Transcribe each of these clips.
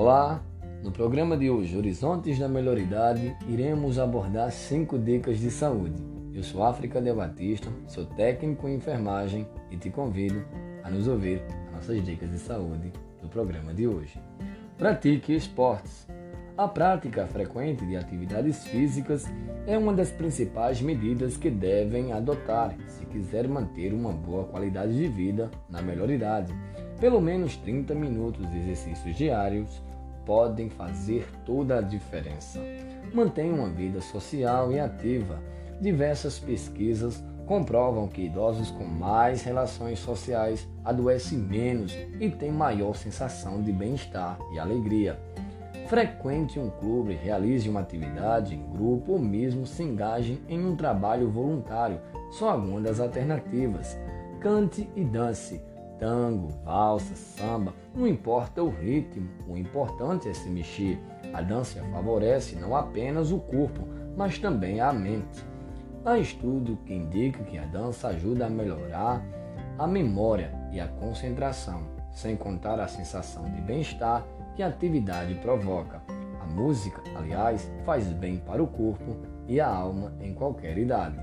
Olá! No programa de hoje, Horizontes da Melhoridade, iremos abordar 5 dicas de saúde. Eu sou África de Batista, sou técnico em enfermagem e te convido a nos ouvir as nossas dicas de saúde do programa de hoje. Pratique esportes. A prática frequente de atividades físicas é uma das principais medidas que devem adotar se quiser manter uma boa qualidade de vida na melhor idade. Pelo menos 30 minutos de exercícios diários podem fazer toda a diferença. Mantenha uma vida social e ativa. Diversas pesquisas comprovam que idosos com mais relações sociais adoecem menos e têm maior sensação de bem-estar e alegria. Frequente um clube, realize uma atividade em grupo ou mesmo se engaje em um trabalho voluntário. São algumas das alternativas. Cante e dance. Tango, valsa, samba, não importa o ritmo, o importante é se mexer. A dança favorece não apenas o corpo, mas também a mente. Há estudo que indica que a dança ajuda a melhorar a memória e a concentração, sem contar a sensação de bem-estar que a atividade provoca. A música, aliás, faz bem para o corpo e a alma em qualquer idade.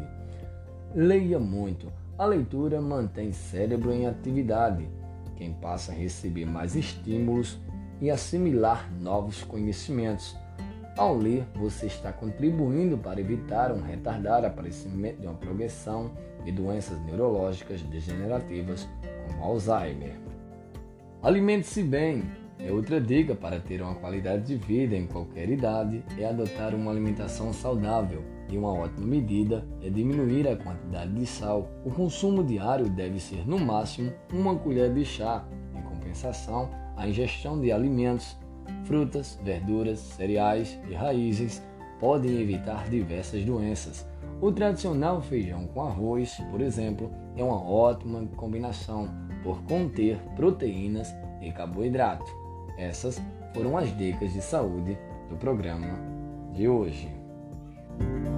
Leia muito. A leitura mantém o cérebro em atividade. Quem passa a receber mais estímulos e assimilar novos conhecimentos. Ao ler, você está contribuindo para evitar um retardar aparecimento de uma progressão de doenças neurológicas degenerativas como Alzheimer. Alimente-se bem. Outra dica para ter uma qualidade de vida em qualquer idade é adotar uma alimentação saudável. E uma ótima medida é diminuir a quantidade de sal. O consumo diário deve ser no máximo 1 colher de chá. Em compensação, a ingestão de alimentos, frutas, verduras, cereais e raízes podem evitar diversas doenças. O tradicional feijão com arroz, por exemplo, é uma ótima combinação por conter proteínas e carboidrato. Essas foram as dicas de saúde do programa de hoje.